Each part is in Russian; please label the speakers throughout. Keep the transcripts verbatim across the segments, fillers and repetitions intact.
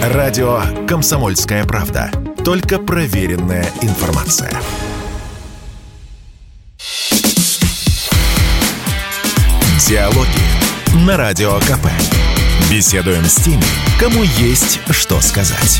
Speaker 1: Радио «Комсомольская правда». Только проверенная информация. Диалоги на Радио КП. Беседуем с теми, кому есть что сказать.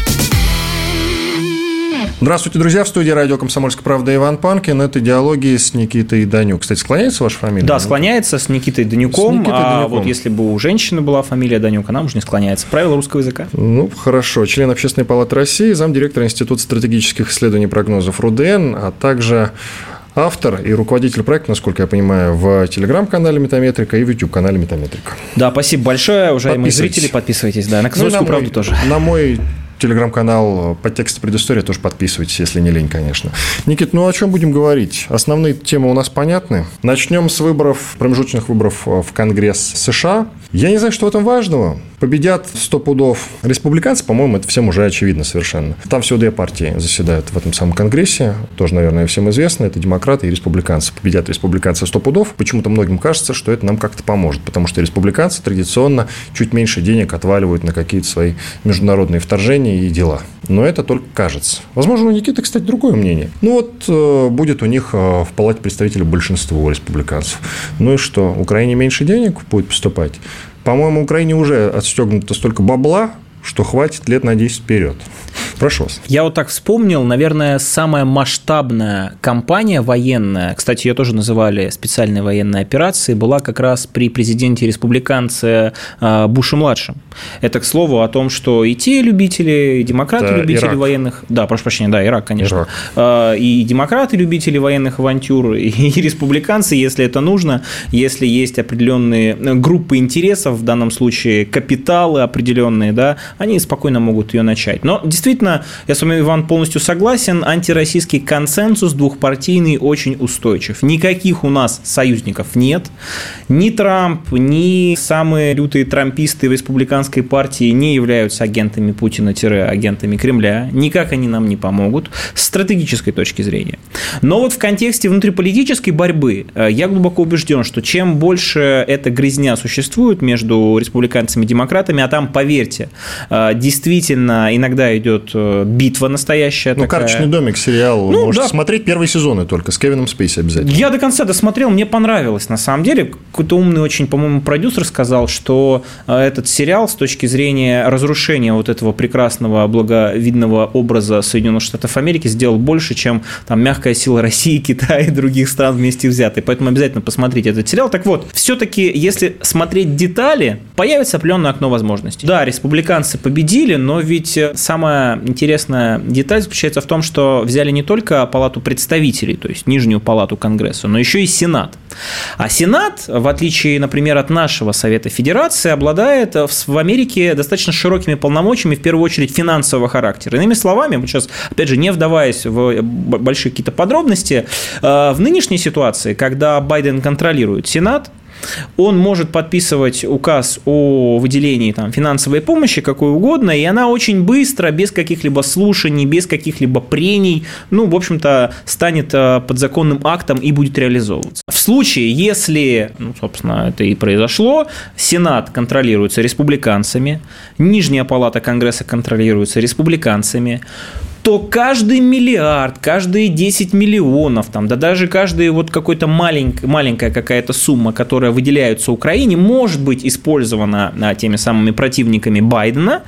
Speaker 2: Здравствуйте, друзья. В студии радио «Комсомольская правда» Иван Панкин. Это диалоги с Никитой Данюк. Кстати, склоняется ваша фамилия?
Speaker 3: Да, склоняется с Никитой Данюком. С Никитой а Данюком. Вот если бы у женщины была фамилия Данюк, она уже не склоняется. Правила русского языка.
Speaker 2: Ну, хорошо. Член Общественной палаты России, замдиректора Института стратегических исследований и прогнозов РУДН, а также автор и руководитель проекта, насколько я понимаю, в телеграм-канале Метаметрика и в YouTube-канале Метаметрика.
Speaker 3: Да, спасибо большое, уважаемые зрители. Подписывайтесь. Да, на «Комсомольскую ну, правду» тоже.
Speaker 2: На мой телеграм-канал «Подтексты предыстория» тоже подписывайтесь, если не лень, конечно. Никит, ну о чем будем говорить? Основные темы у нас понятны. Начнем с выборов, промежуточных выборов в Конгресс США. Я не знаю, что в этом важного. Победят сто пудов республиканцы, по-моему, это всем уже очевидно совершенно. Там всего две партии заседают в этом самом Конгрессе. Тоже, наверное, всем известно. Это демократы и республиканцы. Победят республиканцы сто пудов. Почему-то многим кажется, что это нам как-то поможет. Потому что республиканцы традиционно чуть меньше денег отваливают на какие-то свои международные вторжения и дела. Но это только кажется. Возможно, у Никиты, кстати, другое мнение. Ну вот, э, будет у них э, в Палате представителей большинство республиканцев. Ну и что? Украине меньше денег будет поступать? По-моему, Украине уже отстегнуто столько бабла, что хватит лет на десять вперед. Прошу вас.
Speaker 3: Я вот так вспомнил, наверное, самая масштабная кампания военная, кстати, ее тоже называли специальной военной операцией, была как раз при президенте-республиканце Буше-младшем. Это, к слову, о том, что и те любители, и демократы-любители Ирак. военных... Да, прошу прощения, да, Ирак, конечно. Ирак. И демократы-любители военных авантюр, и республиканцы, если это нужно, если есть определенные группы интересов, в данном случае капиталы определенные, да, они спокойно могут ее начать. Но действительно, я с вами, Иван, полностью согласен, антироссийский консенсус двухпартийный очень устойчив. Никаких у нас союзников нет. Ни Трамп, ни самые лютые трамписты в республиканской партии не являются агентами Путина-агентами Кремля. Никак они нам не помогут с стратегической точки зрения. Но вот в контексте внутриполитической борьбы я глубоко убежден, что чем больше эта грязня существует между республиканцами и демократами, а там, поверьте, действительно иногда идет битва настоящая.
Speaker 2: Ну,
Speaker 3: такая.
Speaker 2: «Карточный домик» сериал. Ну, можете да. смотреть первые сезоны только с Кевином Спейси обязательно.
Speaker 3: Я до конца досмотрел, мне понравилось на самом деле. Какой-то умный очень, по-моему, продюсер сказал, что этот сериал с точки зрения разрушения вот этого прекрасного, благовидного образа Соединенных Штатов Америки сделал больше, чем там «Мягкая сила России», Китая и других стран вместе взятые. Поэтому обязательно посмотрите этот сериал. Так вот, все-таки, если смотреть детали, появится определенное окно возможностей. Да, республиканцы победили, но ведь самое интересная деталь заключается в том, что взяли не только Палату представителей, то есть нижнюю палату Конгресса, но еще и Сенат. А Сенат, в отличие, например, от нашего Совета Федерации, обладает в Америке достаточно широкими полномочиями, в первую очередь финансового характера. Иными словами, мы сейчас, опять же, не вдаваясь в большие какие-то подробности, в нынешней ситуации, когда Байден контролирует Сенат, он может подписывать указ о выделении там, финансовой помощи, какой угодно, и она очень быстро, без каких-либо слушаний, без каких-либо прений, ну, в общем-то, станет подзаконным актом и будет реализовываться. В случае, если, ну, собственно, это и произошло, Сенат контролируется республиканцами, Нижняя палата Конгресса контролируется республиканцами, то каждый миллиард, каждые десять миллионов, там, да даже каждая вот какой-то маленькая, маленькая какая-то сумма, которая выделяется Украине, может быть использована теми самыми противниками Байдена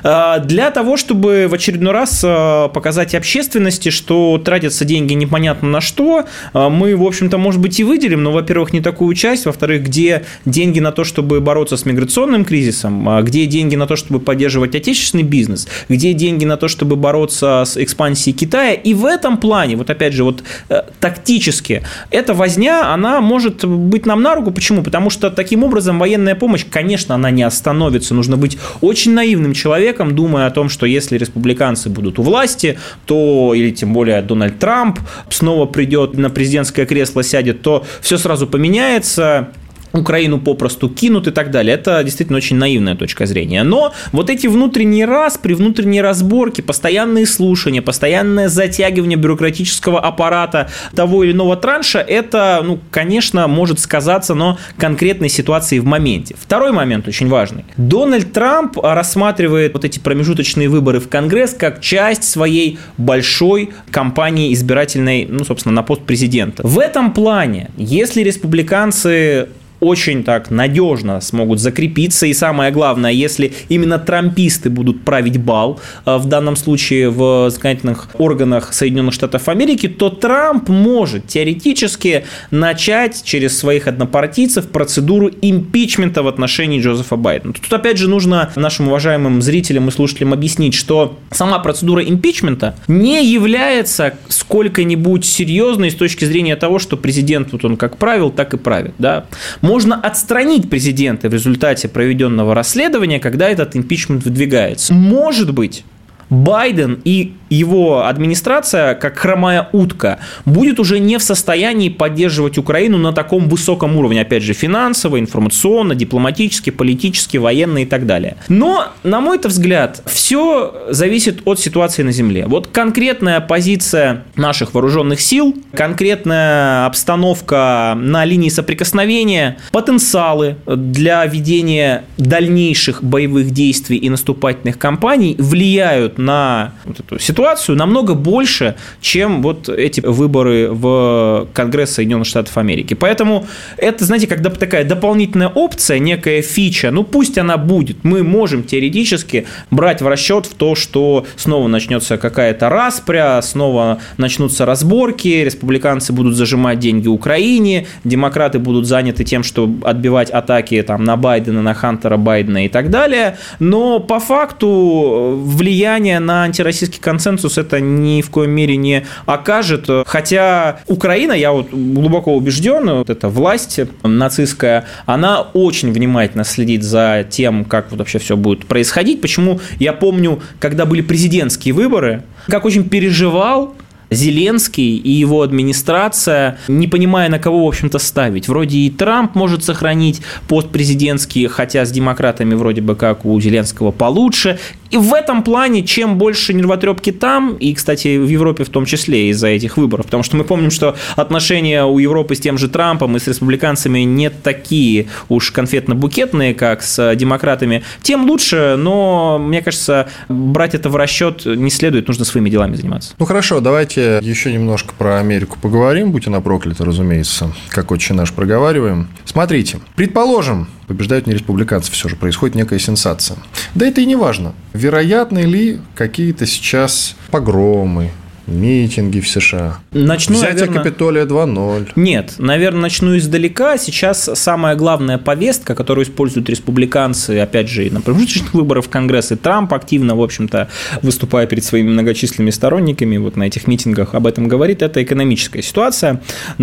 Speaker 3: для того, чтобы в очередной раз показать общественности, что тратятся деньги непонятно на что. Мы, в общем-то, может быть, и выделим, но, во-первых, не такую часть, во-вторых, где деньги на то, чтобы бороться с миграционным кризисом, где деньги на то, чтобы поддерживать отечественный бизнес, где деньги на то, чтобы бороться с экспансией Китая. И в этом плане, вот опять же, вот э, тактически, эта возня, она может быть нам на руку. Почему? Потому что таким образом военная помощь, конечно, она не остановится. Нужно быть очень наивным человеком, думая о том, что если республиканцы будут у власти, то, или тем более Дональд Трамп снова придет на президентское кресло, сядет, то все сразу поменяется. Украину попросту кинут и так далее. Это действительно очень наивная точка зрения. Но вот эти внутренние распри, внутренние разборки, постоянные слушания, постоянное затягивание бюрократического аппарата того или иного транша, это, ну, конечно, может сказаться, но конкретной ситуации в моменте. Второй момент очень важный. Дональд Трамп рассматривает вот эти промежуточные выборы в Конгресс как часть своей большой кампании избирательной, ну, собственно, на пост президента. В этом плане, если республиканцы очень так надежно смогут закрепиться. И самое главное, если именно трамписты будут править бал, в данном случае в законодательных органах Соединенных Штатов Америки, то Трамп может теоретически начать через своих однопартийцев процедуру импичмента в отношении Джозефа Байдена. Тут опять же нужно нашим уважаемым зрителям и слушателям объяснить, что сама процедура импичмента не является сколько-нибудь серьезной с точки зрения того, что президент, вот он как правил, так и правит. Да? Можно отстранить президента в результате проведенного расследования, когда этот импичмент выдвигается. Может быть, Байден и его администрация, как хромая утка, будет уже не в состоянии поддерживать Украину на таком высоком уровне, опять же, финансово, информационно, дипломатически, политически, военно и так далее. Но, на мой взгляд, все зависит от ситуации на земле. Вот конкретная позиция наших вооруженных сил, конкретная обстановка на линии соприкосновения, потенциалы для ведения дальнейших боевых действий и наступательных кампаний влияют на вот эту ситуацию намного больше, чем вот эти выборы в Конгресс Соединенных Штатов Америки. Поэтому это, знаете, как такая дополнительная опция, некая фича, ну пусть она будет. Мы можем теоретически брать в расчет в то, что снова начнется какая-то распря, снова начнутся разборки, республиканцы будут зажимать деньги Украине, демократы будут заняты тем, что отбивать атаки там, на Байдена, на Хантера Байдена и так далее. Но по факту влияние на антироссийский консенсус это ни в коем мере не окажет. Хотя Украина, я вот глубоко убежден, вот эта власть нацистская, она очень внимательно следит за тем, как вот вообще все будет происходить. Почему я помню, когда были президентские выборы, как очень переживал Зеленский и его администрация, не понимая, на кого, в общем-то, ставить. Вроде и Трамп может сохранить пост президентский, хотя с демократами вроде бы как у Зеленского получше. И в этом плане, чем больше нервотрепки там, и, кстати, в Европе в том числе из-за этих выборов, потому что мы помним, что отношения у Европы с тем же Трампом и с республиканцами не такие уж конфетно-букетные, как с демократами, тем лучше, но, мне кажется, брать это в расчет не следует, нужно своими делами заниматься.
Speaker 2: Ну, хорошо, давайте еще немножко про Америку поговорим, будь она проклята, разумеется, как отче наш проговариваем. Смотрите, предположим, побеждают не республиканцы, все же происходит некая сенсация. Да это и не важно. Вероятны ли какие-то сейчас погромы, митинги в США?
Speaker 3: Начну,
Speaker 2: Взятие
Speaker 3: наверное...
Speaker 2: Капитолия два ноль.
Speaker 3: Нет, наверное, начну издалека. Сейчас самая главная повестка, которую используют республиканцы, опять же, и на промежуточных выборах в Конгресс, и Трамп активно, в общем-то, выступая перед своими многочисленными сторонниками, вот на этих митингах об этом говорит, это экономическая ситуация.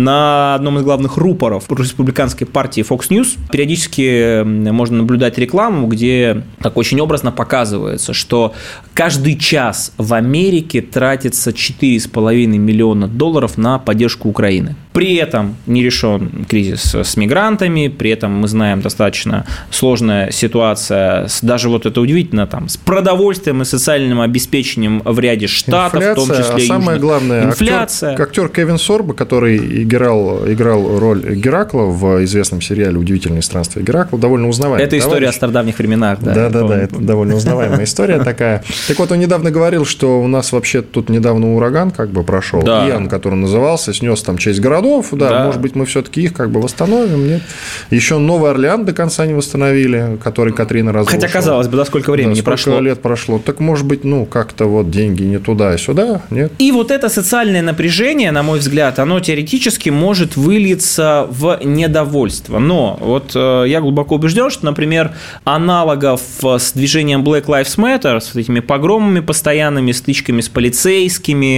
Speaker 3: На одном из главных рупоров республиканской партии Fox News периодически можно наблюдать рекламу, где так очень образно показывается, что каждый час в Америке тратится четыре с половиной миллиона долларов на поддержку Украины. При этом не решен кризис с мигрантами, при этом мы знаем достаточно сложная ситуация, с, даже вот это удивительно, там, с продовольствием и социальным обеспечением в ряде штатов, инфляция, в том числе
Speaker 2: а
Speaker 3: южных.
Speaker 2: Самое главное,
Speaker 3: инфляция.
Speaker 2: Актер, актер Кевин Сорбо, который играл, играл роль Геракла в известном сериале «Удивительные странствия Геракла», довольно узнаваемый.
Speaker 3: Это история о стародавних временах.
Speaker 2: Да-да-да, это довольно узнаваемая история такая. Так вот, он недавно говорил, что у нас вообще тут недавно ураган как бы прошел,
Speaker 3: да.
Speaker 2: Иан, который назывался, снес там часть городов, да, да, может быть, мы все-таки их как бы восстановим, нет? Еще Новый Орлеан до конца не восстановили, который Катрина разрушила.
Speaker 3: Хотя, казалось бы, да, сколько времени
Speaker 2: да, сколько
Speaker 3: прошло.
Speaker 2: лет прошло. Так, может быть, ну, как-то вот деньги не туда и сюда, нет?
Speaker 3: И вот это социальное напряжение, на мой взгляд, оно теоретически может вылиться в недовольство. Но вот э, я глубоко убежден, что, например, аналогов с движением Black Lives Matter, с этими погромами постоянными, стычками с полицейскими,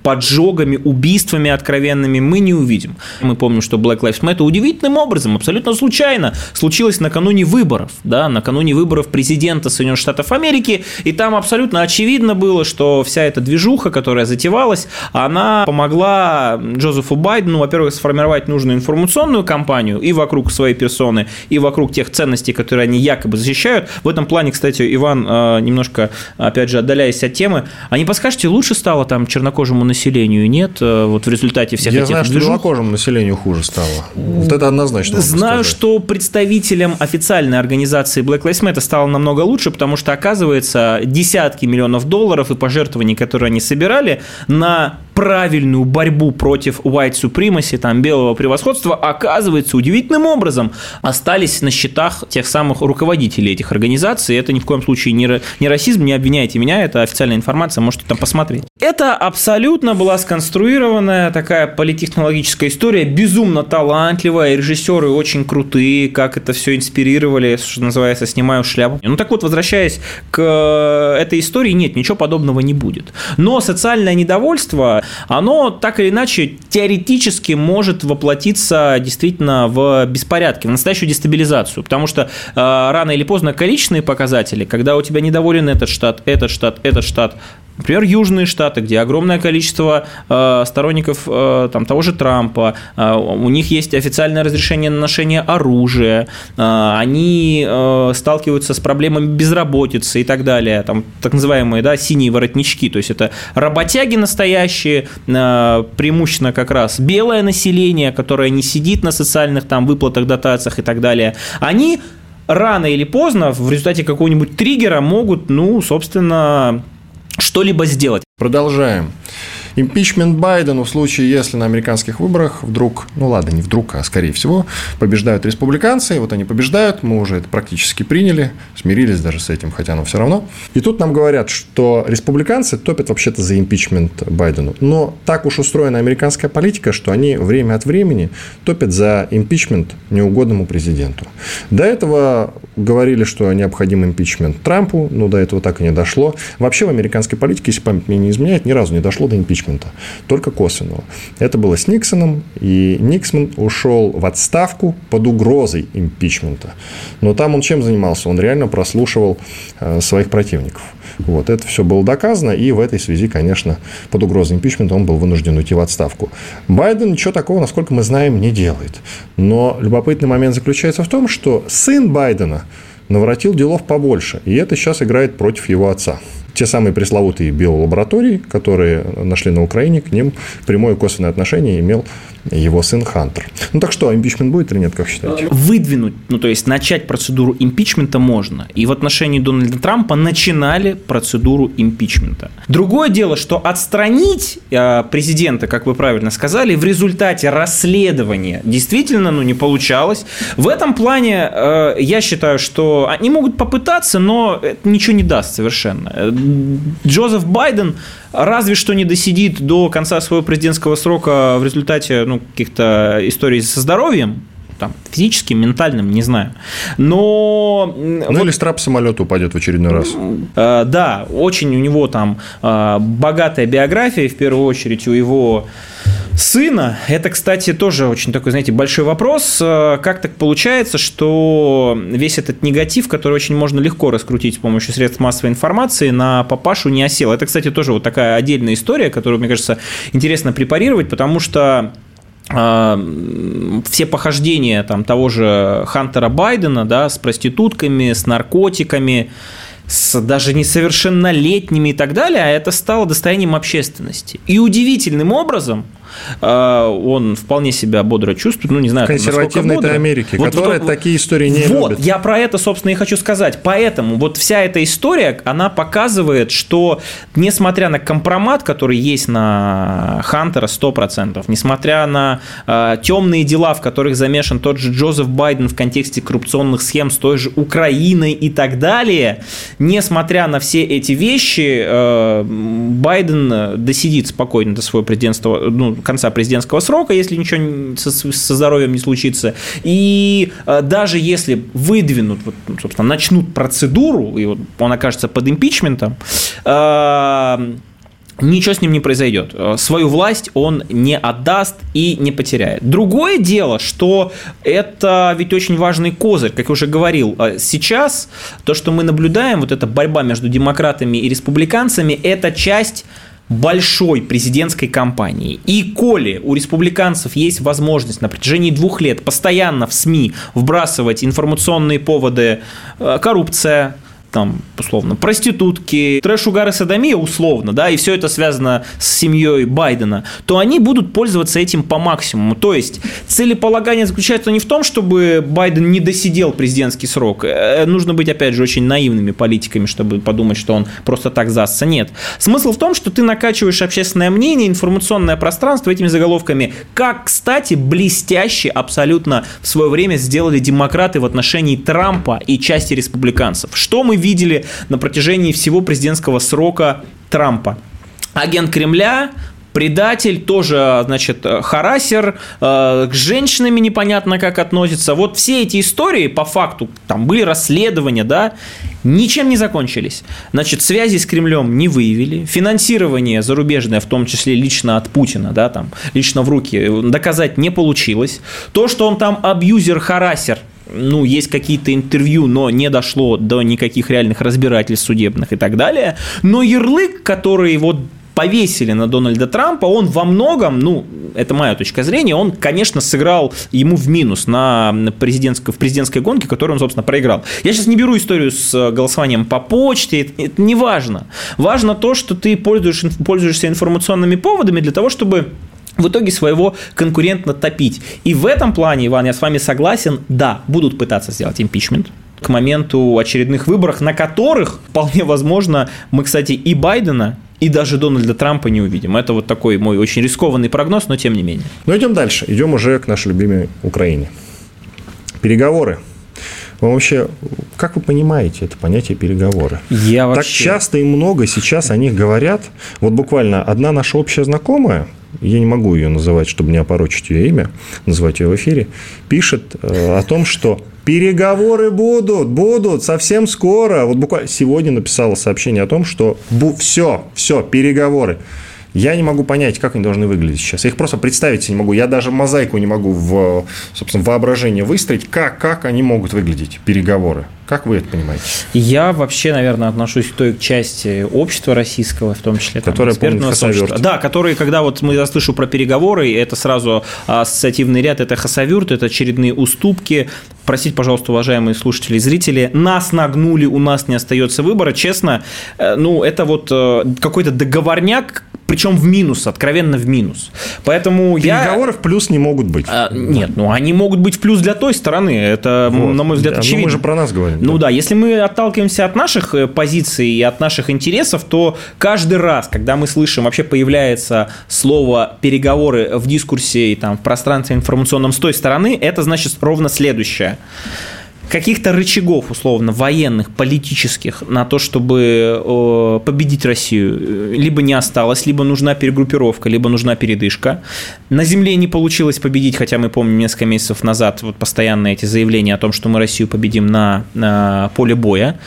Speaker 3: поджогами, убийствами откровенными мы не увидим. Мы помним, что Black Lives Matter удивительным образом, абсолютно случайно, случилось накануне выборов, да, накануне выборов президента Соединенных Штатов Америки, и там абсолютно очевидно было, что вся эта движуха, которая затевалась, она помогла Джозефу Байдену, во-первых, сформировать нужную информационную кампанию и вокруг своей персоны, и вокруг тех ценностей, которые они якобы защищают. В этом плане, кстати, Иван, немножко, опять же, отдаляясь от темы, а не подскажете, лучше стало там чернокожему населению, нет? Вот в результате всех
Speaker 2: Я
Speaker 3: этих
Speaker 2: знаю,
Speaker 3: движух?
Speaker 2: что белокожему населению хуже стало. Вот это однозначно.
Speaker 3: Знаю, что представителям официальной организации Black Lives Matter стало намного лучше, потому что, оказывается, десятки миллионов долларов и пожертвований, которые они собирали на правильную борьбу против white supremacy, там, белого превосходства, оказывается, удивительным образом остались на счетах тех самых руководителей этих организаций. Это ни в коем случае не, не расизм, не обвиняйте меня, это официальная информация, можете там посмотреть. Это абсолютно была сконструированная такая политтехнологическая история, безумно талантливая, режиссеры очень крутые, как это все инспирировали, что называется, снимаю шляпу. Ну так вот, возвращаясь к этой истории, нет, ничего подобного не будет. Но социальное недовольство, оно так или иначе теоретически может воплотиться действительно в беспорядки, в настоящую дестабилизацию, потому что э, рано или поздно количественные показатели, когда у тебя недоволен этот штат, этот штат, этот штат, например, южные штаты, где огромное количество э, сторонников э, там, того же Трампа, э, у них есть официальное разрешение на ношение оружия, э, они э, сталкиваются с проблемами безработицы и так далее, там, так называемые, да, синие воротнички, то есть это работяги настоящие, э, преимущественно как раз белое население, которое не сидит на социальных там, выплатах, дотациях и так далее, они рано или поздно в результате какого-нибудь триггера могут, ну, собственно, что-либо сделать.
Speaker 2: Продолжаем. Импичмент Байдену в случае, если на американских выборах вдруг, ну ладно, не вдруг, а скорее всего, побеждают республиканцы, вот они побеждают, мы уже это практически приняли, смирились даже с этим, хотя оно все равно. И тут нам говорят, что республиканцы топят вообще-то за импичмент Байдену. Но так уж устроена американская политика, что они время от времени топят за импичмент неугодному президенту. До этого говорили, что необходим импичмент Трампу, но до этого так и не дошло. Вообще в американской политике, если память мне не изменяет, ни разу не дошло до импичмента. Только косвенного. Это было с Никсоном, и Никсон ушел в отставку под угрозой импичмента. Но там он чем занимался? Он реально прослушивал э, своих противников. Вот, это все было доказано, и в этой связи, конечно, под угрозой импичмента он был вынужден уйти в отставку. Байден ничего такого, насколько мы знаем, не делает. Но любопытный момент заключается в том, что сын Байдена наворотил делов побольше, и это сейчас играет против его отца. Те самые пресловутые биолаборатории, которые нашли на Украине, к ним прямое и косвенное отношение имел его сын Хантер. Ну так что, импичмент будет или нет, как считаете?
Speaker 3: Выдвинуть, ну то есть начать процедуру импичмента можно. И в отношении Дональда Трампа начинали процедуру импичмента. Другое дело, что отстранить э, президента, как вы правильно сказали, в результате расследования действительно ну, не получалось. В этом плане э, я считаю, что они могут попытаться, но это ничего не даст совершенно. Джозеф Байден разве что не досидит до конца своего президентского срока в результате ну, каких-то историй со здоровьем, там, физическим, ментальным, не знаю. Но...
Speaker 2: Ну, вот, или с трап самолета упадет в очередной раз.
Speaker 3: Э, да, очень у него там э, богатая биография, в первую очередь у его сына. Это, кстати, тоже очень такой, знаете, большой вопрос. Как так получается, что весь этот негатив, который очень можно легко раскрутить с помощью средств массовой информации, на папашу не осел? Это, кстати, тоже вот такая отдельная история, которую, мне кажется, интересно препарировать, потому что все похождения там, того же Хантера Байдена, да, с проститутками, с наркотиками, с даже несовершеннолетними и так далее, а это стало достоянием общественности. И удивительным образом он вполне себя бодро чувствует, ну, не знаю,
Speaker 2: консервативной этой Америки, вот, которая вот, такие истории не
Speaker 3: вот,
Speaker 2: любит.
Speaker 3: Я про это, собственно, и хочу сказать. Поэтому вот вся эта история, она показывает, что несмотря на компромат, который есть на Хантера сто процентов, несмотря на э, темные дела, в которых замешан тот же Джозеф Байден в контексте коррупционных схем с той же Украиной и так далее, несмотря на все эти вещи, э, Байден досидит спокойно до своего президентства, ну, конца президентского срока, если ничего со, со здоровьем не случится. И э, даже если выдвинут, вот, собственно, начнут процедуру, и вот он окажется под импичментом, э, ничего с ним не произойдет. Свою власть он не отдаст и не потеряет. Другое дело, что это ведь очень важный козырь, как я уже говорил. Сейчас то, что мы наблюдаем, вот эта борьба между демократами и республиканцами, это часть большой президентской кампании. И коли у республиканцев есть возможность на протяжении двух лет постоянно в СМИ вбрасывать информационные поводы, коррупция, там, условно, проститутки, трэш, угар и содомия, условно, да, и все это связано с семьей Байдена, то они будут пользоваться этим по максимуму. То есть целеполагание заключается не в том, чтобы Байден не досидел президентский срок. Нужно быть, опять же, очень наивными политиками, чтобы подумать, что он просто так сдастся. Нет. Смысл в том, что ты накачиваешь общественное мнение, информационное пространство этими заголовками, как, кстати, блестяще абсолютно в свое время сделали демократы в отношении Трампа и части республиканцев. Что мы видели на протяжении всего президентского срока Трампа? Агент Кремля, предатель, тоже, значит, харассер, э, к женщинам непонятно как относится. Вот все эти истории, по факту, там были расследования, да, ничем не закончились. Значит, связи с Кремлем не выявили, финансирование зарубежное, в том числе лично от Путина, да, там, лично в руки, доказать не получилось. То, что он там абьюзер-харассер, ну, есть какие-то интервью, но не дошло до никаких реальных разбирательств судебных и так далее. Но ярлык, который вот повесили на Дональда Трампа, он во многом, ну, это моя точка зрения, он, конечно, сыграл ему в минус на президентской, в президентской гонке, которую он, собственно, проиграл. Я сейчас не беру историю с голосованием по почте, это, это не важно. Важно то, что ты пользуешься, пользуешься информационными поводами для того, чтобы в итоге своего конкурента топить. И в этом плане, Иван, я с вами согласен, да, будут пытаться сделать импичмент к моменту очередных выборов, на которых, вполне возможно, мы, кстати, и Байдена, и даже Дональда Трампа не увидим. Это вот такой мой очень рискованный прогноз, но тем не менее.
Speaker 2: Но идем дальше. Идем уже к нашей любимой Украине. Переговоры. Вы вообще, как вы понимаете это понятие переговоры?
Speaker 3: Я вообще...
Speaker 2: Так часто и много сейчас о них говорят. Вот буквально одна наша общая знакомая, я не могу ее называть, чтобы не опорочить ее имя, называть ее в эфире, пишет э, о том, что переговоры будут, будут совсем скоро. Вот буквально сегодня написала сообщение о том, что бу- все, все, переговоры. Я не могу понять, как они должны выглядеть сейчас. Я их просто представить себе не могу. Я даже мозаику не могу в, собственно, воображение выстроить, как, как они могут выглядеть, переговоры. Как вы это понимаете?
Speaker 3: Я вообще, наверное, отношусь к той части общества российского, в том числе там,
Speaker 2: которая
Speaker 3: экспертного сообщества. Да, которые, когда вот мы я слышу про переговоры, это сразу ассоциативный ряд, это хасавюрт, это очередные уступки. Простите, пожалуйста, уважаемые слушатели и зрители, нас нагнули, у нас не остается выбора. Честно, ну, это вот какой-то договорняк, причем в минус, откровенно в минус. Поэтому
Speaker 2: переговоры
Speaker 3: я...
Speaker 2: в плюс не могут быть.
Speaker 3: А, нет, ну они могут быть в плюс для той стороны. Это, вот, на мой взгляд,
Speaker 2: да,
Speaker 3: очевидно.
Speaker 2: Ну, мы же про нас говорим.
Speaker 3: Ну
Speaker 2: да.
Speaker 3: да, если мы отталкиваемся от наших позиций и от наших интересов, то каждый раз, когда мы слышим, вообще появляется слово «переговоры» в дискурсе и там, в пространстве информационном с той стороны, это значит ровно следующее. Каких-то рычагов, условно, военных, политических на то, чтобы э, победить Россию, либо не осталось, либо нужна перегруппировка, либо нужна передышка. На земле не получилось победить, хотя мы помним несколько месяцев назад вот постоянно эти заявления о том, что мы Россию победим на, на поле боя.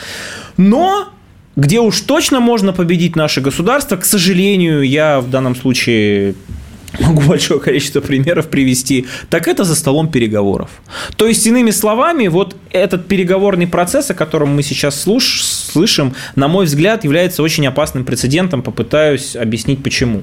Speaker 3: Но где уж точно можно победить наше государство, к сожалению, я в данном случае... могу большое количество примеров привести, так это за столом переговоров. То есть, иными словами, вот этот переговорный процесс, о котором мы сейчас слуш- слышим, на мой взгляд, является очень опасным прецедентом. Попытаюсь объяснить, почему.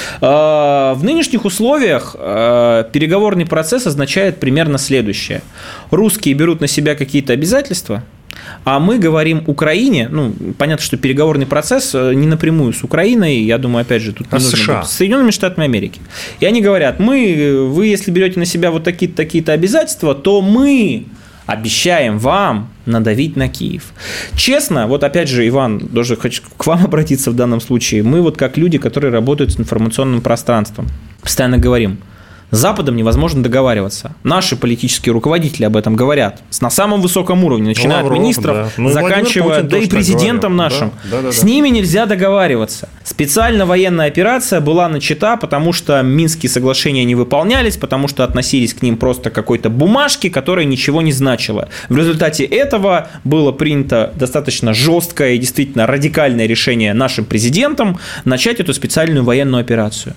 Speaker 3: В нынешних условиях переговорный процесс означает примерно следующее. Русские берут на себя какие-то обязательства, а мы говорим Украине, ну, понятно, что переговорный процесс не напрямую с Украиной, я думаю, опять же, тут не
Speaker 2: а
Speaker 3: нужно
Speaker 2: США?
Speaker 3: быть, с Соединенными Штатами Америки. И они говорят, мы, вы, если берете на себя вот такие-то, такие-то обязательства, то мы обещаем вам надавить на Киев. Честно, вот опять же, Иван, даже хочу к вам обратиться в данном случае, мы вот как люди, которые работают с информационным пространством, постоянно говорим, С Западом невозможно договариваться. Наши политические руководители об этом говорят. На самом высоком уровне, начиная
Speaker 2: Лавров,
Speaker 3: от министров,
Speaker 2: да. ну,
Speaker 3: заканчивая, да и президентом нашим.
Speaker 2: Да, да, да,
Speaker 3: С
Speaker 2: да.
Speaker 3: ними нельзя договариваться. Специально военная операция была начата, потому что Минские соглашения не выполнялись, потому что относились к ним просто к какой-то бумажке, которая ничего не значила. В результате этого было принято достаточно жесткое и действительно радикальное решение нашим президентом начать эту специальную военную операцию.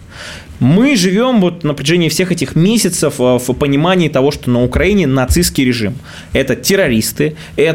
Speaker 3: Мы живем вот на протяжении всех этих месяцев в понимании того, что на Украине нацистский режим. Это террористы,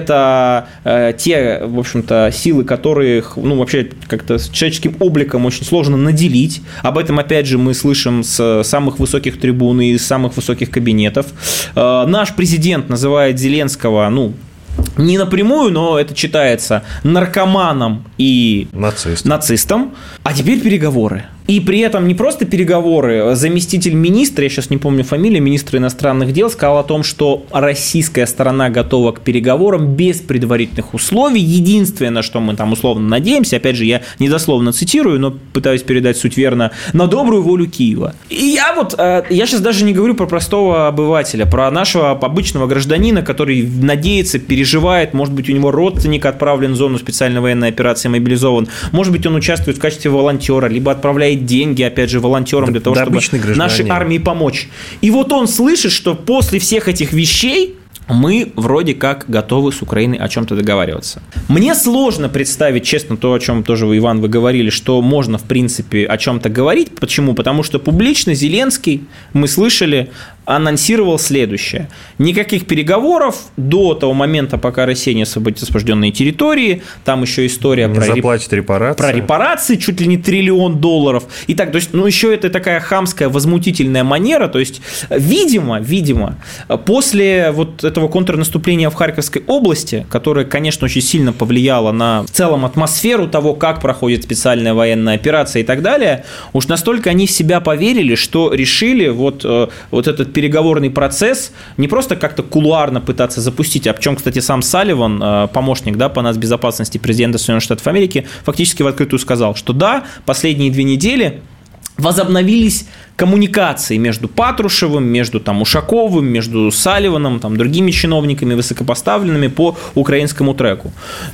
Speaker 3: это э, те, в общем-то, силы, которых, ну, вообще как-то с человеческим обликом очень сложно наделить. Об этом, опять же, мы слышим с самых высоких трибун и из самых высоких кабинетов. Э, наш президент называет Зеленского, ну, не напрямую, но это читается наркоманом и
Speaker 2: Нацист.
Speaker 3: нацистом. А теперь переговоры. И при этом не просто переговоры. Заместитель министра, я сейчас не помню фамилию, министра иностранных дел, сказал о том, что российская сторона готова к переговорам без предварительных условий. Единственное, на что мы там условно надеемся, опять же, я недословно цитирую, но пытаюсь передать суть верно, на добрую волю Киева. И я вот, я сейчас даже не говорю про простого обывателя, про нашего обычного гражданина, который надеется, переживает, может быть, у него родственник отправлен в зону специальной военной операции, мобилизован, может быть, он участвует в качестве волонтера, либо отправляет деньги, опять же, волонтерам для того,
Speaker 2: да,
Speaker 3: чтобы нашей армии помочь. И вот он слышит, что после всех этих вещей мы вроде как готовы с Украиной о чем-то договариваться. Мне сложно представить, честно, то, о чем тоже вы, Иван, вы говорили, что можно, в принципе, о чем-то говорить. Почему? Потому что публично Зеленский, мы слышали, анонсировал следующее. Никаких переговоров до того момента, пока Россия не освободит освобожденные территории. Там еще история
Speaker 2: не
Speaker 3: про,
Speaker 2: заплатит репарации.
Speaker 3: про репарации, чуть ли не триллион долларов. И так, то есть, ну, еще это такая хамская, возмутительная манера. То есть, видимо, видимо, после вот этого контрнаступления в Харьковской области, которое, конечно, очень сильно повлияло на в целом атмосферу того, как проходит специальная военная операция и так далее, уж настолько они в себя поверили, что решили вот, вот этот переговорный процесс не просто как-то кулуарно пытаться запустить, о чем, кстати, сам Салливан, помощник, да, по нацбезопасности президента Соединенных Штатов Америки, фактически в открытую сказал, что да, последние две недели возобновились коммуникации между Патрушевым, между там, Ушаковым, между Салливаном, там, другими чиновниками высокопоставленными по украинскому треку.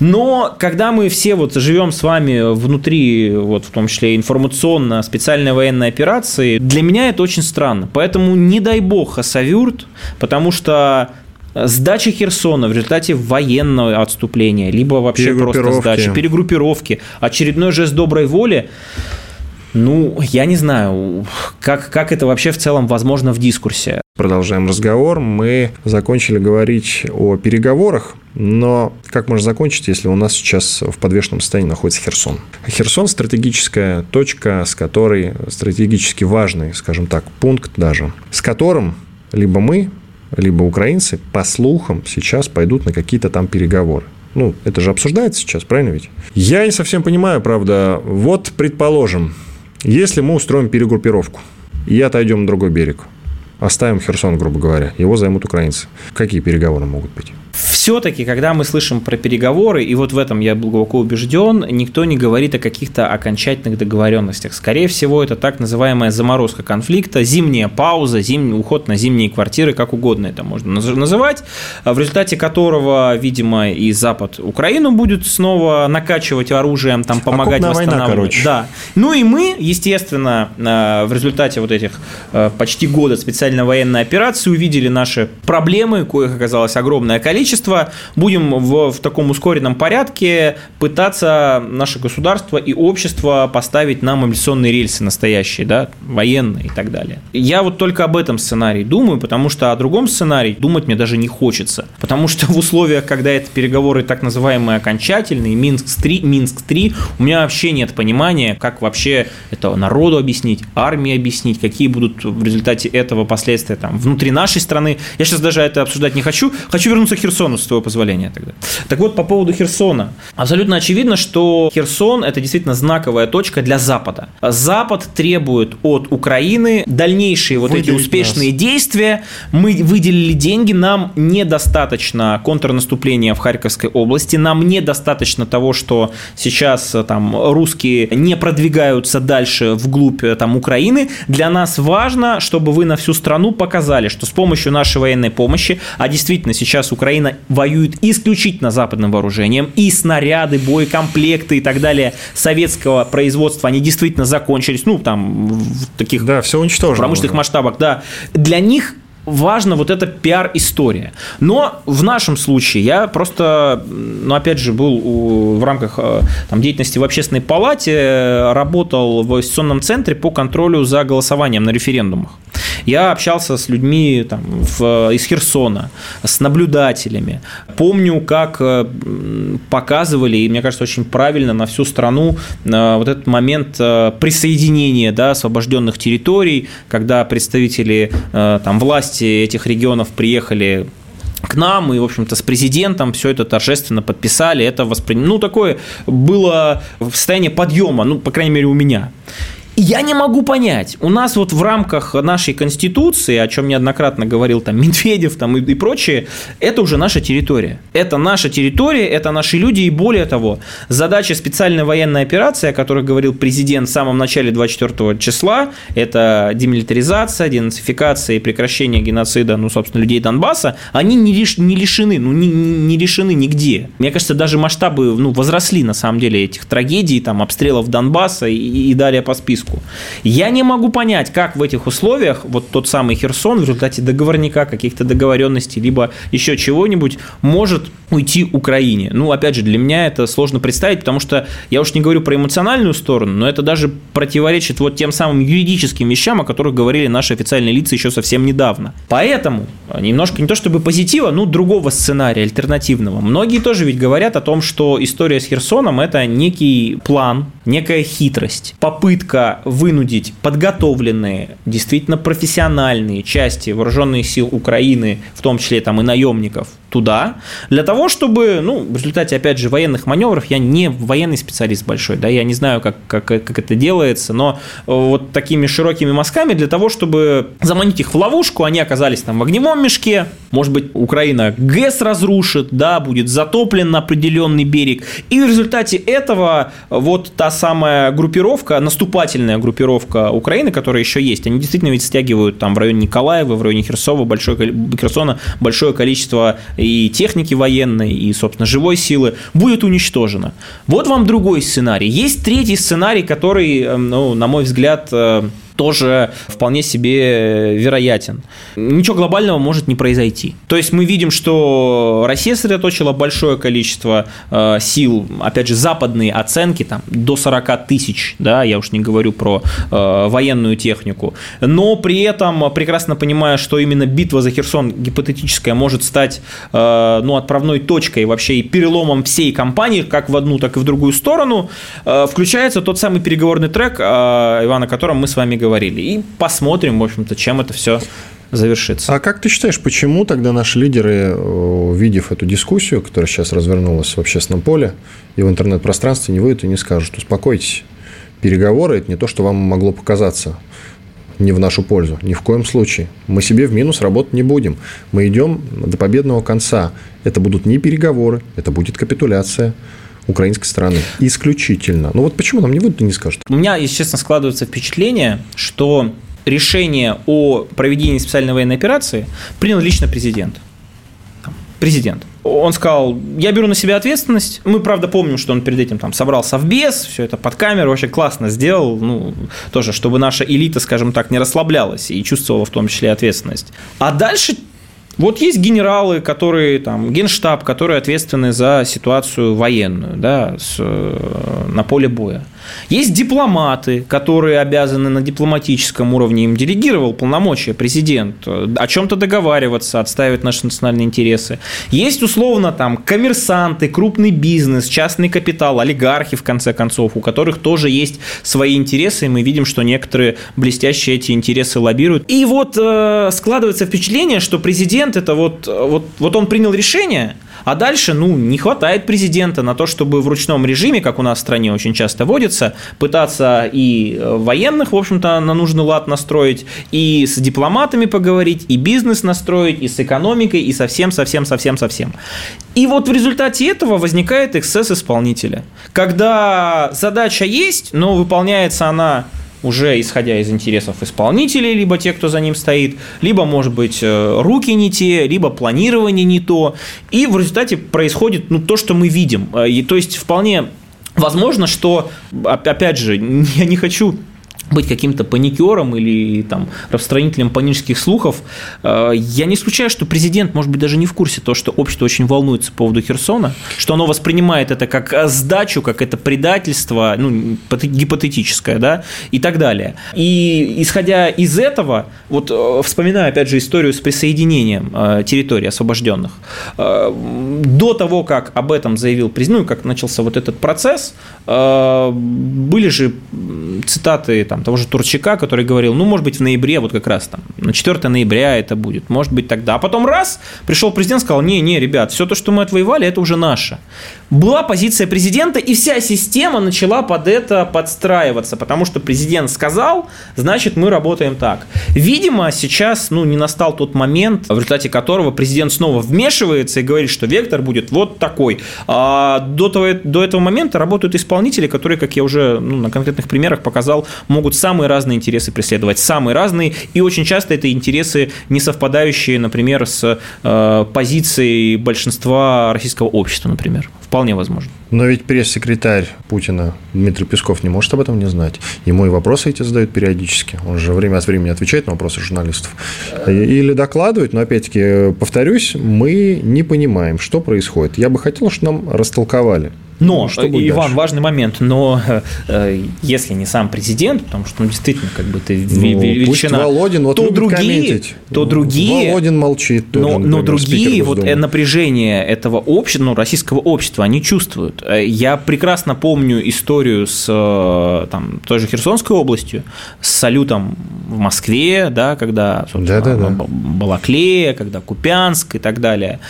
Speaker 3: Но когда мы все вот живем с вами внутри, вот, в том числе информационно специальной военной операции, для меня это очень странно. Поэтому не дай бог хасавюрт, потому что сдача Херсона в результате военного отступления, либо вообще просто сдачи, перегруппировки, очередной жест доброй воли. Ну, я не знаю, как, как это вообще в целом возможно в дискурсе.
Speaker 2: Продолжаем разговор. Мы закончили говорить о переговорах, но как можно закончить, если у нас сейчас в подвешенном состоянии находится Херсон? Херсон – стратегическая точка, с которой стратегически важный, скажем так, пункт даже, с которым либо мы, либо украинцы, по слухам, сейчас пойдут на какие-то там переговоры. Ну, это же обсуждается сейчас, правильно ведь? Я не совсем понимаю, правда. Вот, предположим, если мы устроим перегруппировку и отойдем на другой берег, оставим Херсон, грубо говоря, его займут украинцы, какие переговоры могут быть?
Speaker 3: Все-таки, когда мы слышим про переговоры, и вот в этом я глубоко убежден, никто не говорит о каких-то окончательных договоренностях. Скорее всего, это так называемая заморозка конфликта, зимняя пауза, зимний уход на зимние квартиры, как угодно это можно называть, в результате которого, видимо, и Запад Украину будет снова накачивать оружием, там, помогать восстанавливать. Война, короче. Да. Ну и мы, естественно, в результате вот этих почти года специальной военной операции увидели наши проблемы, коих оказалось огромное количество. Будем в, в таком ускоренном порядке пытаться наше государство и общество поставить на мобилизационные рельсы настоящие, да, военные и так далее. Я вот только об этом сценарии думаю, потому что о другом сценарии думать мне даже не хочется. Потому что в условиях, когда это переговоры так называемые окончательные, Минск-три, Минск-три, у меня вообще нет понимания, как вообще это народу объяснить, армии объяснить, какие будут в результате этого последствия там внутри нашей страны. Я сейчас даже это обсуждать не хочу. Хочу вернуться к Херсону. Херсону, с твоего позволения тогда. Так вот, по поводу Херсона. Абсолютно очевидно, что Херсон – это действительно знаковая точка для Запада. Запад требует от Украины дальнейшие вот Выделить эти успешные нас. действия. Мы выделили деньги, нам недостаточно контрнаступления в Харьковской области, нам недостаточно того, что сейчас там русские не продвигаются дальше вглубь там, Украины. Для нас важно, чтобы вы на всю страну показали, что с помощью нашей военной помощи, а действительно сейчас Украина воюет исключительно западным вооружением, и снаряды, боекомплекты и так далее советского производства, они действительно закончились, ну, там, в таких
Speaker 2: да, все уничтожено
Speaker 3: промышленных уже. масштабах, да. Для них важна вот эта пиар-история. Но в нашем случае я просто, ну, опять же, был у, в рамках там, деятельности в Общественной палате, работал в инвестиционном центре по контролю за голосованием на референдумах. Я общался с людьми там, в, из Херсона, с наблюдателями. Помню, как показывали, и мне кажется, очень правильно на всю страну вот этот момент присоединения, да, освобожденных территорий, когда представители там, власти этих регионов приехали к нам, и, в общем-то, с президентом все это торжественно подписали. Это восприняли. Ну, такое было состояние подъема, ну, по крайней мере, у меня. Я не могу понять, у нас вот в рамках нашей Конституции, о чем неоднократно говорил там Медведев там, и, и прочее, это уже наша территория. Это наша территория, это наши люди, и более того, задача специальной военной операции, о которой говорил президент в самом начале двадцать четвёртого числа, это демилитаризация, денацификация и прекращение геноцида, ну, собственно, людей Донбасса, они не, лиш, не лишены, ну, не, не решены нигде. Мне кажется, даже масштабы, ну, возросли, на самом деле, этих трагедий, там, обстрелов Донбасса и, и далее по списку. Я не могу понять, как в этих условиях вот тот самый Херсон в результате договорника, каких-то договоренностей, либо еще чего-нибудь может уйти Украине. Ну, опять же, для меня это сложно представить, потому что я уж не говорю про эмоциональную сторону, но это даже противоречит вот тем самым юридическим вещам, о которых говорили наши официальные лица еще совсем недавно. Поэтому немножко не то чтобы позитива, но другого сценария, альтернативного. Многие тоже ведь говорят о том, что история с Херсоном – это некий план, некая хитрость, попытка вынудить подготовленные, действительно профессиональные части вооруженных сил Украины, в том числе там и наемников, туда, для того, чтобы, ну, в результате, опять же, военных маневров, я не военный специалист большой, да, я не знаю, как, как, как это делается, но вот такими широкими мазками для того, чтобы заманить их в ловушку, они оказались там в огневом мешке, может быть, Украина ГЭС разрушит, да, будет затоплен на определенный берег, и в результате этого вот та самая группировка, наступательная группировка Украины, которая еще есть, они действительно ведь стягивают там в районе Николаева, в районе Херсона большое, Херсона большое количество и техники военной, и, собственно, живой силы, будет уничтожено. Вот вам другой сценарий. Есть третий сценарий, который, ну, на мой взгляд, тоже вполне себе вероятен. Ничего глобального может не произойти. То есть мы видим, что Россия сосредоточила большое количество э, сил, опять же, западные оценки, там, до сорок тысяч, да, я уж не говорю про э, военную технику, но при этом прекрасно понимая, что именно битва за Херсон гипотетическая может стать э, ну, отправной точкой вообще и переломом всей кампании, как в одну, так и в другую сторону, э, включается тот самый переговорный трек, э, Иван, о котором мы с вами говорили. И посмотрим, в общем-то, чем это все завершится. А
Speaker 2: как ты считаешь, почему тогда наши лидеры, увидев эту дискуссию, которая сейчас развернулась в общественном поле и в интернет-пространстве, не выйдут и не скажут: успокойтесь, переговоры – это не то, что вам могло показаться, не в нашу пользу, ни в коем случае. Мы себе в минус работать не будем. Мы идем до победного конца. Это будут не переговоры, это будет капитуляция украинской стороны. Исключительно. Ну вот почему нам не выйдут и не скажут?
Speaker 3: У меня, если честно, складывается впечатление, что решение о проведении специальной военной операции принял лично президент. Президент. Он сказал: я беру на себя ответственность. Мы, правда, помним, что он перед этим там собрал совбез, все это под камеру, вообще классно сделал, ну, тоже, чтобы наша элита, скажем так, не расслаблялась и чувствовала в том числе ответственность. А дальше вот есть генералы, которые, там, генштаб, которые ответственны за ситуацию военную, да, с, на поле боя. Есть дипломаты, которые обязаны на дипломатическом уровне, им делегировал полномочия президент, о чем-то договариваться, отстаивать наши национальные интересы. Есть, условно, там, коммерсанты, крупный бизнес, частный капитал, олигархи, в конце концов, у которых тоже есть свои интересы, и мы видим, что некоторые блестящие эти интересы лоббируют. И вот э, складывается впечатление, что президент президент это вот, вот, вот он принял решение, а дальше, ну, не хватает президента на то, чтобы в ручном режиме, как у нас в стране очень часто водится, пытаться и военных, в общем-то, на нужный лад настроить, и с дипломатами поговорить, и бизнес настроить, и с экономикой, и совсем, совсем, совсем, совсем. И вот в результате этого возникает эксцесс исполнителя. Когда задача есть, но выполняется она уже исходя из интересов исполнителей, либо тех, кто за ним стоит, либо, может быть, руки не те, либо планирование не то. И в результате происходит, ну, то, что мы видим. И, то есть, вполне возможно, что, опять же, я не хочу быть каким-то паникером или там, распространителем панических слухов. Я не исключаю, что президент, может быть, даже не в курсе того, что общество очень волнуется по поводу Херсона, что оно воспринимает это как сдачу, как это предательство, ну, гипотетическое, да, и так далее. И исходя из этого, вот вспоминаю, опять же, историю с присоединением территорий освобожденных. До того, как об этом заявил президент, ну, как начался вот этот процесс, были же цитаты там, того же Турчака, который говорил, ну, может быть, в ноябре, вот как раз там, на четвёртое ноября это будет, может быть, тогда. А потом раз, пришел президент, сказал, не-не, ребят, все то, что мы отвоевали, это уже наше. Была позиция президента, и вся система начала под это подстраиваться, потому что президент сказал, значит, мы работаем так. Видимо, сейчас, ну, не настал тот момент, в результате которого президент снова вмешивается и говорит, что вектор будет вот такой. А до, того, до этого момента работают исполнители, которые, как я уже ну, на конкретных примерах показал, могут самые разные интересы преследовать, самые разные, и очень часто это интересы, не совпадающие, например, с э, позицией большинства российского общества, например. Вполне возможно.
Speaker 2: Но ведь пресс-секретарь Путина Дмитрий Песков не может об этом не знать. Ему и вопросы эти задают периодически. Он же время от времени отвечает на вопросы журналистов. Или докладывает, но, опять-таки, повторюсь, мы не понимаем, что происходит. Я бы хотел, чтобы нам растолковали.
Speaker 3: Но, ну, Иван, дальше? Важный момент, но э, если не сам президент, потому что, ну, действительно, как бы ты
Speaker 2: ну, величина, пусть Володин вот
Speaker 3: то другие, то другие,
Speaker 2: Володин молчит.
Speaker 3: Но, тоже, например, но другие вот напряжение этого общества, ну, российского общества, они чувствуют. Я прекрасно помню историю с там, той же Херсонской областью, с салютом в Москве, да, когда, собственно, да, да, да. Балаклея, когда Купянск и так далее.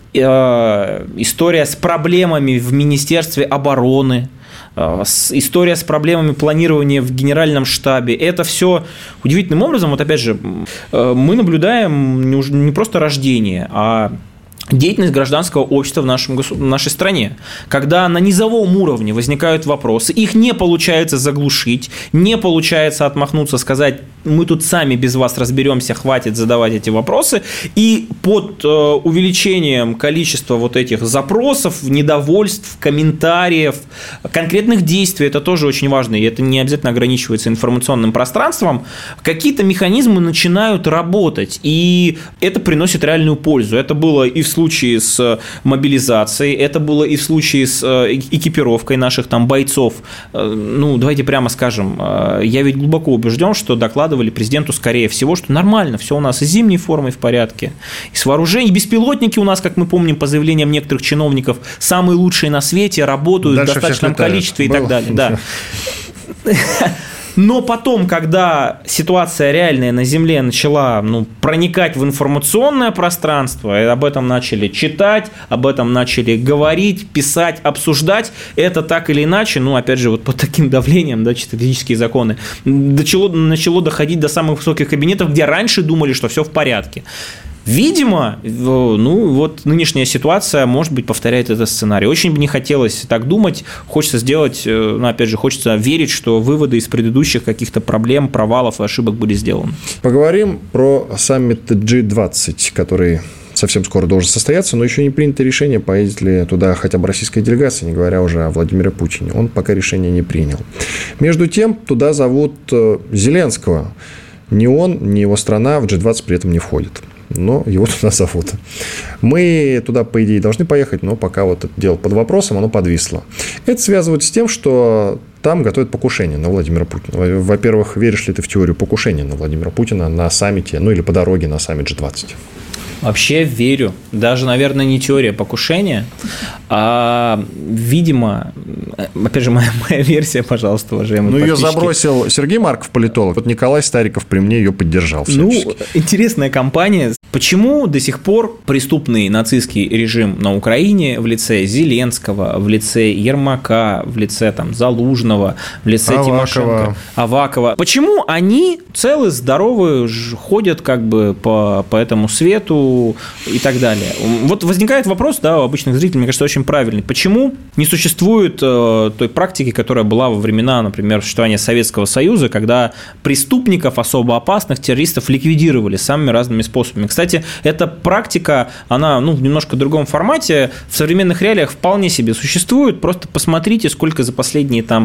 Speaker 3: История с проблемами в Министерстве обороны, история с проблемами планирования в Генеральном штабе. Это все удивительным образом, вот опять же, мы наблюдаем не просто рождение, а деятельность гражданского общества в, нашем, в нашей стране. Когда на низовом уровне возникают вопросы, их не получается заглушить, не получается отмахнуться, сказать, мы тут сами без вас разберемся, хватит задавать эти вопросы, и под э, увеличением количества вот этих запросов, недовольств, комментариев, конкретных действий, это тоже очень важно, и это не обязательно ограничивается информационным пространством, какие-то механизмы начинают работать, и это приносит реальную пользу. Это было и в случае с мобилизацией, это было и в случае с экипировкой наших там бойцов. Ну, давайте прямо скажем, я ведь глубоко убежден, что докладывали президенту, скорее всего, что нормально, все у нас и с зимней формой в порядке, и с вооружением, беспилотники у нас, как мы помним, по заявлениям некоторых чиновников, самые лучшие на свете, работают дальше в достаточном количестве и Было. так далее. Да. Но потом, когда ситуация реальная на Земле начала ну, проникать в информационное пространство, и об этом начали читать, об этом начали говорить, писать, обсуждать, это так или иначе, ну, опять же, вот под таким давлением, да, чисто физические законы, начало, начало доходить до самых высоких кабинетов, где раньше думали, что все в порядке. Видимо, ну вот нынешняя ситуация, может быть, повторяет этот сценарий. Очень бы не хотелось так думать, хочется сделать, ну, опять же, хочется верить, что выводы из предыдущих каких-то проблем, провалов и ошибок были сделаны.
Speaker 2: Поговорим про саммит джи двадцать, который совсем скоро должен состояться, но еще не принято решение, поедет ли туда хотя бы российская делегация, не говоря уже о Владимире Путине. Он пока решение не принял. Между тем, туда зовут Зеленского. Ни он, ни его страна в джи двадцать при этом не входит. Но его туда зовут. Мы туда, по идее, должны поехать, но пока вот это дело под вопросом, оно подвисло. Это связывается с тем, что там готовят покушение на Владимира Путина. Во-первых, веришь ли ты в теорию покушения на Владимира Путина на саммите, ну или по дороге на саммит джи двадцать?
Speaker 3: Вообще верю. Даже, наверное, не теория покушения, а, видимо, опять же, моя, моя версия, пожалуйста, уважаемые
Speaker 2: Ну,
Speaker 3: подписчики.
Speaker 2: ее забросил Сергей Марков, политолог. Вот Николай Стариков при мне ее поддержал всячески.
Speaker 3: Ну, интересная кампания. Почему до сих пор преступный нацистский режим на Украине в лице Зеленского, в лице Ермака, в лице там, Залужного, в лице
Speaker 2: Авакова.
Speaker 3: Тимошенко, Авакова, почему они целы, здоровы, ходят как бы по, по этому свету и так далее? Вот возникает вопрос, да, у обычных зрителей, мне кажется, очень правильный. Почему не существует э, той практики, которая была во времена, например, существования Советского Союза, когда преступников особо опасных, террористов ликвидировали самыми разными способами? Кстати, эта практика, она ну, в немножко другом формате, в современных реалиях вполне себе существует. Просто посмотрите, сколько за последние там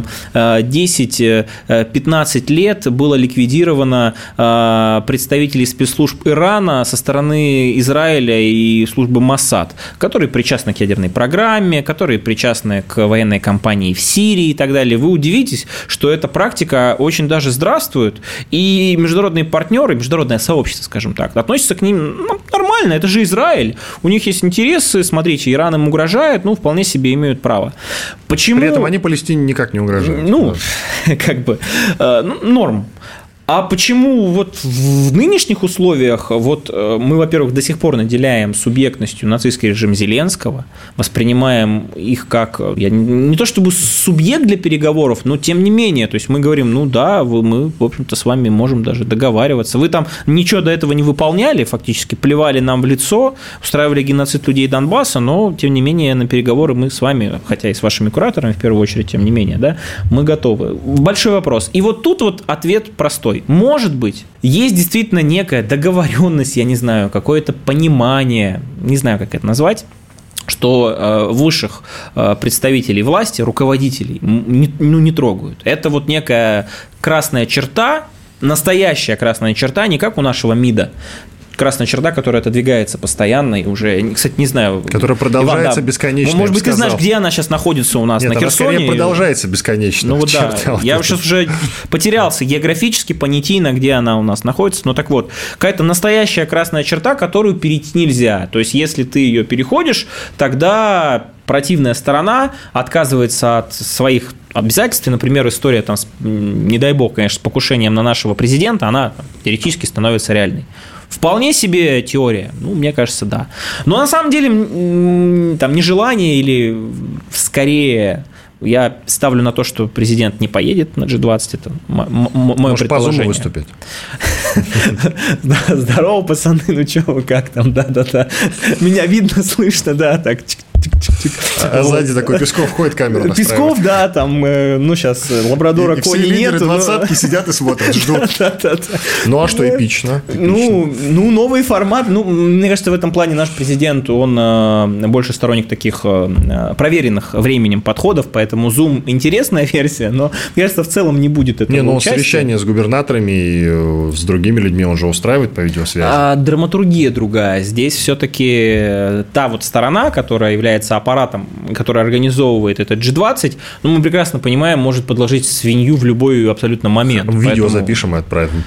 Speaker 3: десять-пятнадцать лет было ликвидировано представителей спецслужб Ирана со стороны Израиля и службы Моссад, которые причастны к ядерной программе, которые причастны к военной кампании в Сирии и так далее. Вы удивитесь, что эта практика очень даже здравствует, и международные партнеры, международное сообщество, скажем так, относятся к ним ну, нормально, это же Израиль, у них есть интересы, смотрите, Иран им угрожает, ну, вполне себе имеют право. Почему?
Speaker 2: При этом они Палестине никак не угрожают.
Speaker 3: Ну, да. как бы, э, норм. А почему вот в нынешних условиях вот мы, во-первых, до сих пор наделяем субъектностью нацистский режим Зеленского, воспринимаем их как, я не то чтобы субъект для переговоров, но тем не менее, то есть мы говорим, ну да, вы, мы, в общем-то, с вами можем даже договариваться. Вы там ничего до этого не выполняли, фактически плевали нам в лицо, устраивали геноцид людей Донбасса, но, тем не менее, на переговоры мы с вами, хотя и с вашими кураторами, в первую очередь, тем не менее, да, мы готовы. Большой вопрос. И вот тут вот ответ простой. Может быть, есть действительно некая договоренность, я не знаю, какое-то понимание, не знаю, как это назвать, что высших представителей власти, руководителей не, ну, не трогают. Это вот некая красная черта, настоящая красная черта, не как у нашего МИДа, красная черта, которая отодвигается постоянно и уже, кстати, не знаю...
Speaker 2: Которая продолжается
Speaker 3: Иван, да,
Speaker 2: бесконечно.
Speaker 3: Может быть, ты знаешь, где она сейчас находится у нас
Speaker 2: Нет,
Speaker 3: на Херсоне?
Speaker 2: Нет, она продолжается бесконечно.
Speaker 3: Ну вот да, я сейчас уже потерялся географически, понятийно, где она у нас находится. Ну так вот, какая-то настоящая красная черта, которую перейти нельзя. То есть, если ты ее переходишь, тогда противная сторона отказывается от своих обязательств. Например, история, там, не дай бог, конечно, с покушением на нашего президента, она теоретически становится реальной. Вполне себе теория, ну, мне кажется, да. Но на самом деле там нежелание или скорее я ставлю на то, что президент не поедет на джи двадцать, это мое
Speaker 2: Может,
Speaker 3: предположение.
Speaker 2: Может, по Зуму выступить.
Speaker 3: Здорово, пацаны, ну что вы, как там, да-да-да. Меня видно, слышно, да, так.
Speaker 2: А сзади такой Песков ходит, камеру настраивает.
Speaker 3: Песков, да, там, ну, сейчас лабрадора Кони нету.
Speaker 2: двадцатки сидят и смотрят, ждут. Ну, а что эпично?
Speaker 3: Ну, ну, новый формат. Ну, мне кажется, в этом плане наш президент, он больше сторонник таких проверенных временем подходов, поэтому Zoom интересная версия, но, мне кажется, в целом не будет этого
Speaker 2: Не, ну,
Speaker 3: участия.
Speaker 2: совещание с губернаторами и с другими людьми он же устраивает по видеосвязи.
Speaker 3: А драматургия другая. Здесь все-таки та вот сторона, которая является аппаратом, который организовывает этот джи двадцать, ну, мы прекрасно понимаем, может подложить свинью в любой абсолютно момент.
Speaker 2: Видео
Speaker 3: Поэтому...
Speaker 2: запишем и отправим.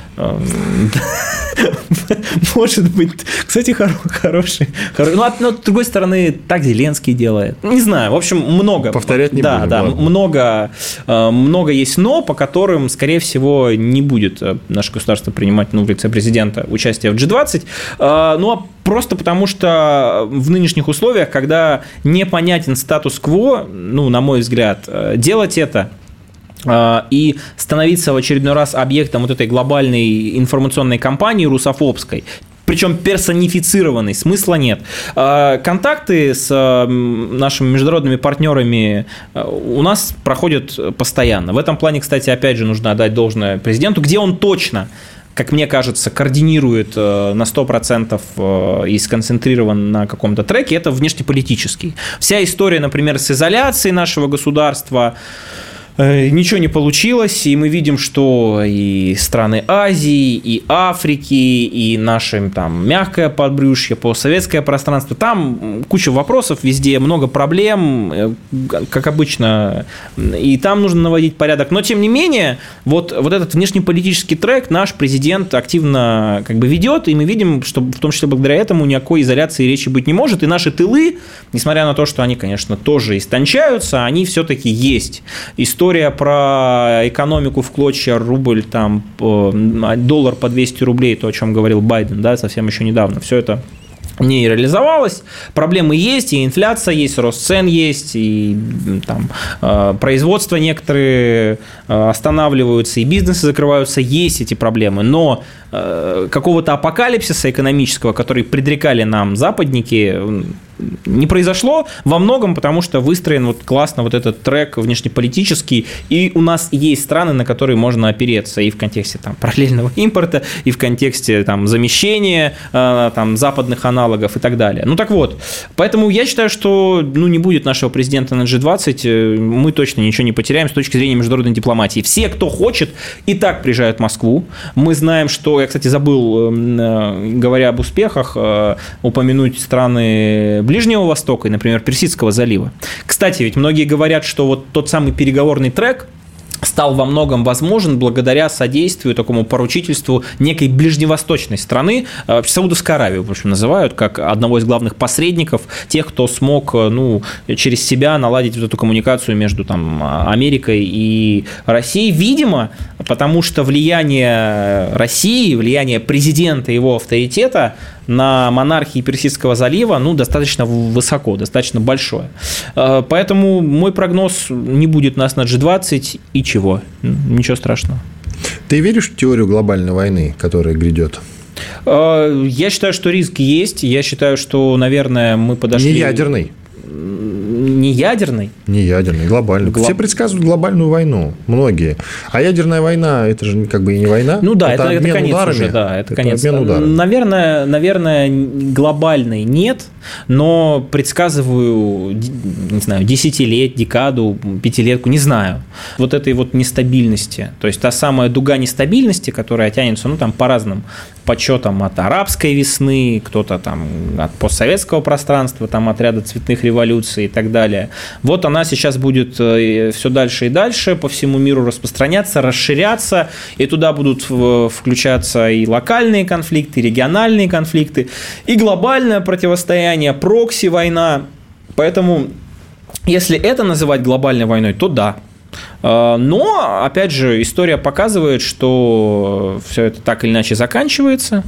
Speaker 3: Может быть. Кстати, хороший. Но, с другой стороны, так Зеленский делает. Не знаю, в общем, много.
Speaker 2: Повторять не будем.
Speaker 3: Да, да, много, много есть но, по которым, скорее всего, не будет наше государство принимать, ну, в лице президента участие в джи двадцать. Ну, а просто потому, что в нынешних условиях, когда непонятен статус-кво, ну, на мой взгляд, делать это и становиться в очередной раз объектом вот этой глобальной информационной кампании русофобской, причем персонифицированной, смысла нет. Контакты с нашими международными партнерами у нас проходят постоянно. В этом плане, кстати, опять же, нужно отдать должное президенту, где он точно, как мне кажется, координирует на сто процентов и сконцентрирован на каком-то треке, это внешнеполитический. Вся история, например, с изоляцией нашего государства, ничего не получилось, и мы видим, что и страны Азии, и Африки, и наше там мягкое подбрюшье, постсоветское пространство, там куча вопросов, везде много проблем, как обычно, и там нужно наводить порядок. Но, тем не менее, вот, вот этот внешнеполитический трек наш президент активно как бы ведет, и мы видим, что в том числе благодаря этому никакой изоляции речи быть не может, и наши тылы, несмотря на то, что они, конечно, тоже истончаются, они все-таки есть. История про экономику в клочья, рубль, там, доллар по двести рублей, то, о чем говорил Байден, да, совсем еще недавно, все это не реализовалось, проблемы есть, и инфляция есть, рост цен есть, и там, э, производства некоторые э, останавливаются, и бизнесы закрываются, есть эти проблемы, но э, какого-то апокалипсиса экономического, который предрекали нам западники, не произошло во многом, потому что выстроен вот классно вот этот трек внешнеполитический, и у нас есть страны, на которые можно опереться и в контексте там, параллельного импорта, и в контексте там, замещения э, там, западных аналогов и так далее. Ну так вот, поэтому я считаю, что ну, не будет нашего президента на джи двадцать, мы точно ничего не потеряем с точки зрения международной дипломатии. Все, кто хочет, и так приезжают в Москву. Мы знаем, что, я, кстати, забыл, э, говоря об успехах, э, упомянуть страны Ближнего Востока и, например, Персидского залива. Кстати, ведь многие говорят, что вот тот самый переговорный трек стал во многом возможен благодаря содействию, такому поручительству некой ближневосточной страны, Саудовской Аравии, в общем, называют, как одного из главных посредников, тех, кто смог ну, через себя наладить вот эту коммуникацию между там, Америкой и Россией, видимо, потому что влияние России, влияние президента и его авторитета на монархии Персидского залива ну, достаточно высоко, достаточно большое. Поэтому мой прогноз: не будет нас на джи двадцать и чего? Ничего страшного.
Speaker 2: Ты веришь в теорию глобальной войны, которая грядет?
Speaker 3: Я считаю, что риск есть. Я считаю, что, наверное, мы подошли...
Speaker 2: Не ядерный.
Speaker 3: Не ядерный?
Speaker 2: Не ядерный, глобальный. Глоб... Все предсказывают глобальную войну, многие. А ядерная война, это же как бы и не война.
Speaker 3: Ну да, это, это, это конец ударами. Уже, да, это, это конец. Наверное, наверное, глобальной нет, но предсказываю, не знаю, десятилетие, декаду, пятилетку, не знаю, вот этой вот нестабильности. То есть та самая дуга нестабильности, которая тянется, ну там по разным подсчетам от арабской весны, кто-то там от постсоветского пространства, там от ряда цветных революций и так далее. Вот она сейчас будет все дальше и дальше по всему миру распространяться, расширяться, и туда будут включаться и локальные конфликты, и региональные конфликты, и глобальное противостояние, прокси-война. Поэтому, если это называть глобальной войной, то да. Но, опять же, история показывает, что все это так или иначе заканчивается,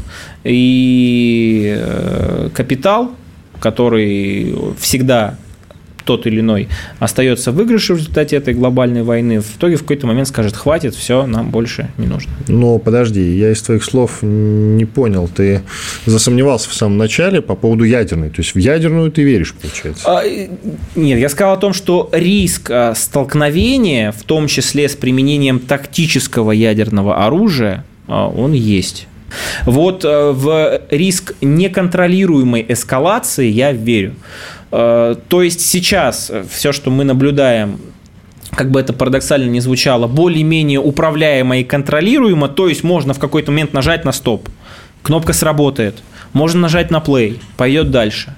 Speaker 3: и капитал, который всегда тот или иной остается в выигрыше в результате этой глобальной войны, в итоге в какой-то момент скажет: хватит, все, нам больше не нужно.
Speaker 2: Но подожди, я из твоих слов не понял, ты засомневался в самом начале по поводу ядерной, то есть в ядерную ты веришь, получается?
Speaker 3: А, нет, я сказал о том, что риск столкновения, в том числе с применением тактического ядерного оружия, он есть. Вот в риск неконтролируемой эскалации я верю. То есть сейчас все, что мы наблюдаем, как бы это парадоксально ни звучало, более-менее управляемо и контролируемо, то есть можно в какой-то момент нажать на стоп, кнопка сработает, можно нажать на play, пойдет дальше.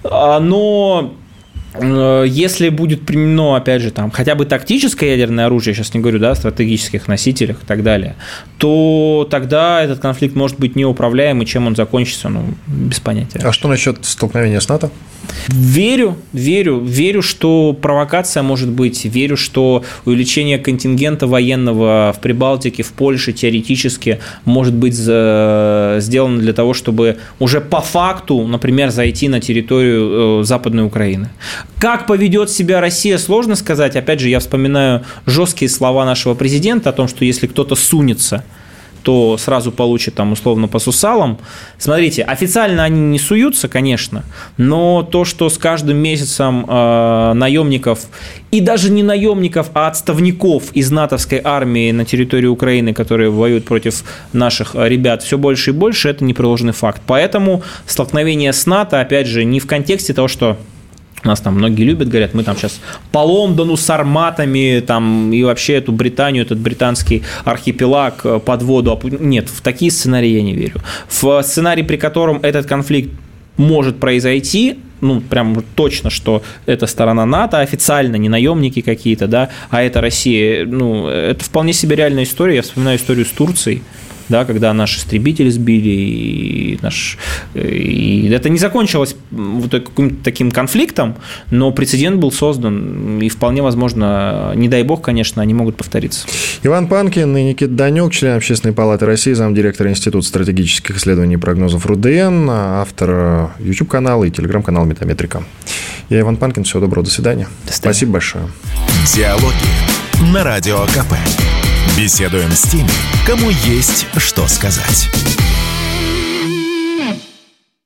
Speaker 3: Но если будет применено, опять же, там, хотя бы тактическое ядерное оружие, я сейчас не говорю, да, о стратегических носителях и так далее, то тогда этот конфликт может быть неуправляемый, чем он закончится, ну, без понятия.
Speaker 2: А что насчет столкновения с НАТО?
Speaker 3: Верю, верю, верю, что провокация может быть, верю, что увеличение контингента военного в Прибалтике, в Польше теоретически может быть сделано для того, чтобы уже по факту, например, зайти на территорию Западной Украины. Как поведет себя Россия, сложно сказать. Опять же, я вспоминаю жесткие слова нашего президента о том, что если кто-то сунется, то сразу получит там условно по сусалам. Смотрите, официально они не суются, конечно, но то, что с каждым месяцем э, наемников, и даже не наемников, а отставников из натовской армии на территории Украины, которые воюют против наших ребят, все больше и больше, это непреложный факт. Поэтому столкновение с НАТО, опять же, не в контексте того, что Нас там многие любят, говорят, мы там сейчас по Лондону с арматами, там, и вообще эту Британию, этот британский архипелаг под воду. Нет, в такие сценарии я не верю. В сценарий, при котором этот конфликт может произойти, ну, прям точно, что это сторона НАТО, официально, не наемники какие-то, да, а это Россия, ну, это вполне себе реальная история. Я вспоминаю историю с Турцией, да, когда наши истребители сбили, и, наш, и это не закончилось вот каким-то таким конфликтом, но прецедент был создан, и вполне возможно, не дай бог, конечно, они могут повториться.
Speaker 2: Иван Панкин и Никита Данюк, член Общественной палаты России, замдиректора Института стратегических исследований и прогнозов РУДН, автор YouTube-канала и телеграм-канала Метаметрика. Я Иван Панкин, всего доброго, до свидания.
Speaker 3: До свидания.
Speaker 2: Спасибо большое.
Speaker 1: Диалоги на Радио КП. Беседуем с теми, кому есть что сказать.